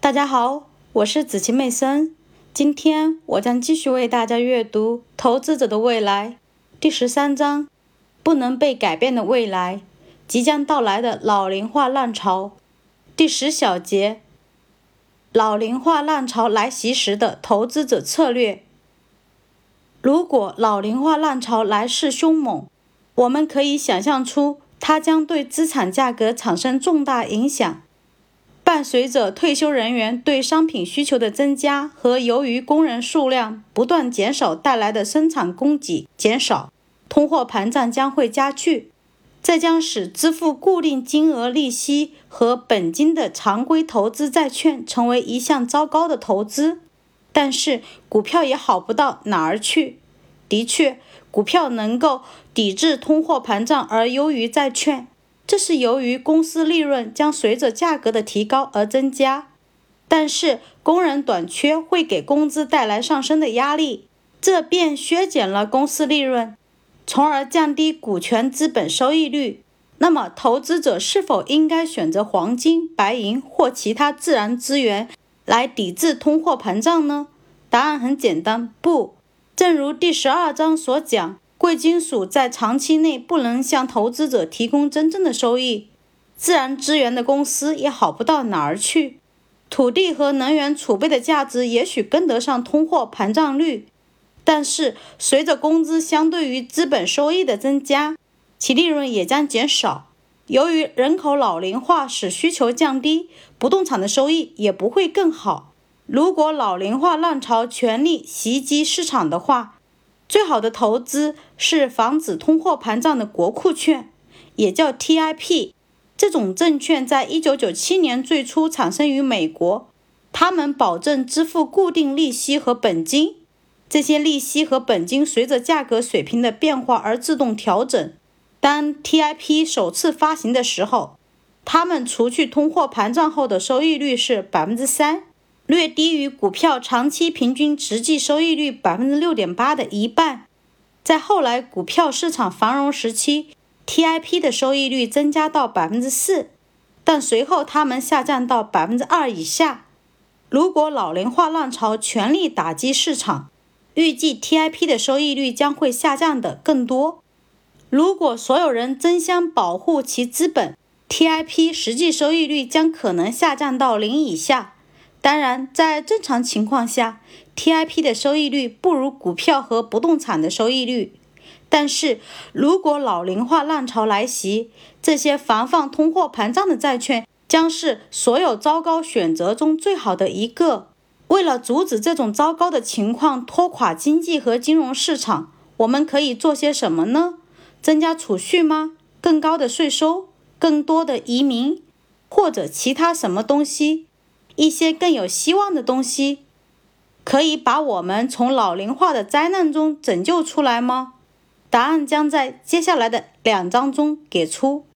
大家好，我是子琪妹森。今天我将继续为大家阅读《投资者的未来》第13章，不能被改变的未来，即将到来的老龄化浪潮。第10小节，老龄化浪潮来袭时的投资者策略。如果老龄化浪潮来势凶猛，我们可以想象出它将对资产价格产生重大影响。伴随着退休人员对商品需求的增加和由于工人数量不断减少带来的生产供给减少，通货膨胀将会加剧，这将使支付固定金额利息和本金的常规投资债券成为一项糟糕的投资。但是股票也好不到哪儿去。的确，股票能够抵制通货膨胀而优于债券，这是由于公司利润将随着价格的提高而增加，但是工人短缺会给工资带来上升的压力，这便削减了公司利润，从而降低股权资本收益率。那么投资者是否应该选择黄金、白银或其他自然资源来抵制通货膨胀呢？答案很简单，不。正如第12章所讲，贵金属在长期内不能向投资者提供真正的收益，自然资源的公司也好不到哪儿去。土地和能源储备的价值也许跟得上通货膨胀率，但是随着工资相对于资本收益的增加，其利润也将减少。由于人口老龄化使需求降低，不动产的收益也不会更好。如果老龄化浪潮全力袭击市场的话，最好的投资是防止通货膨胀的国库券，也叫 TIP。 这种证券在1997年最初产生于美国，它们保证支付固定利息和本金，这些利息和本金随着价格水平的变化而自动调整。当 TIP 首次发行的时候，它们除去通货膨胀后的收益率是 3%，略低于股票长期平均实际收益率 6.8% 的一半。在后来股票市场繁荣时期， TIP 的收益率增加到 4%， 但随后它们下降到 2% 以下。如果老龄化浪潮全力打击市场，预计 TIP 的收益率将会下降的更多。如果所有人争相保护其资本， TIP 实际收益率将可能下降到0以下。当然，在正常情况下， TIP 的收益率不如股票和不动产的收益率。但是如果老龄化浪潮来袭，这些防范通货膨胀的债券将是所有糟糕选择中最好的一个。为了阻止这种糟糕的情况拖垮经济和金融市场，我们可以做些什么呢？增加储蓄吗？更高的税收？更多的移民？或者其他什么东西？一些更有希望的东西，可以把我们从老龄化的灾难中拯救出来吗？答案将在接下来的2章中给出。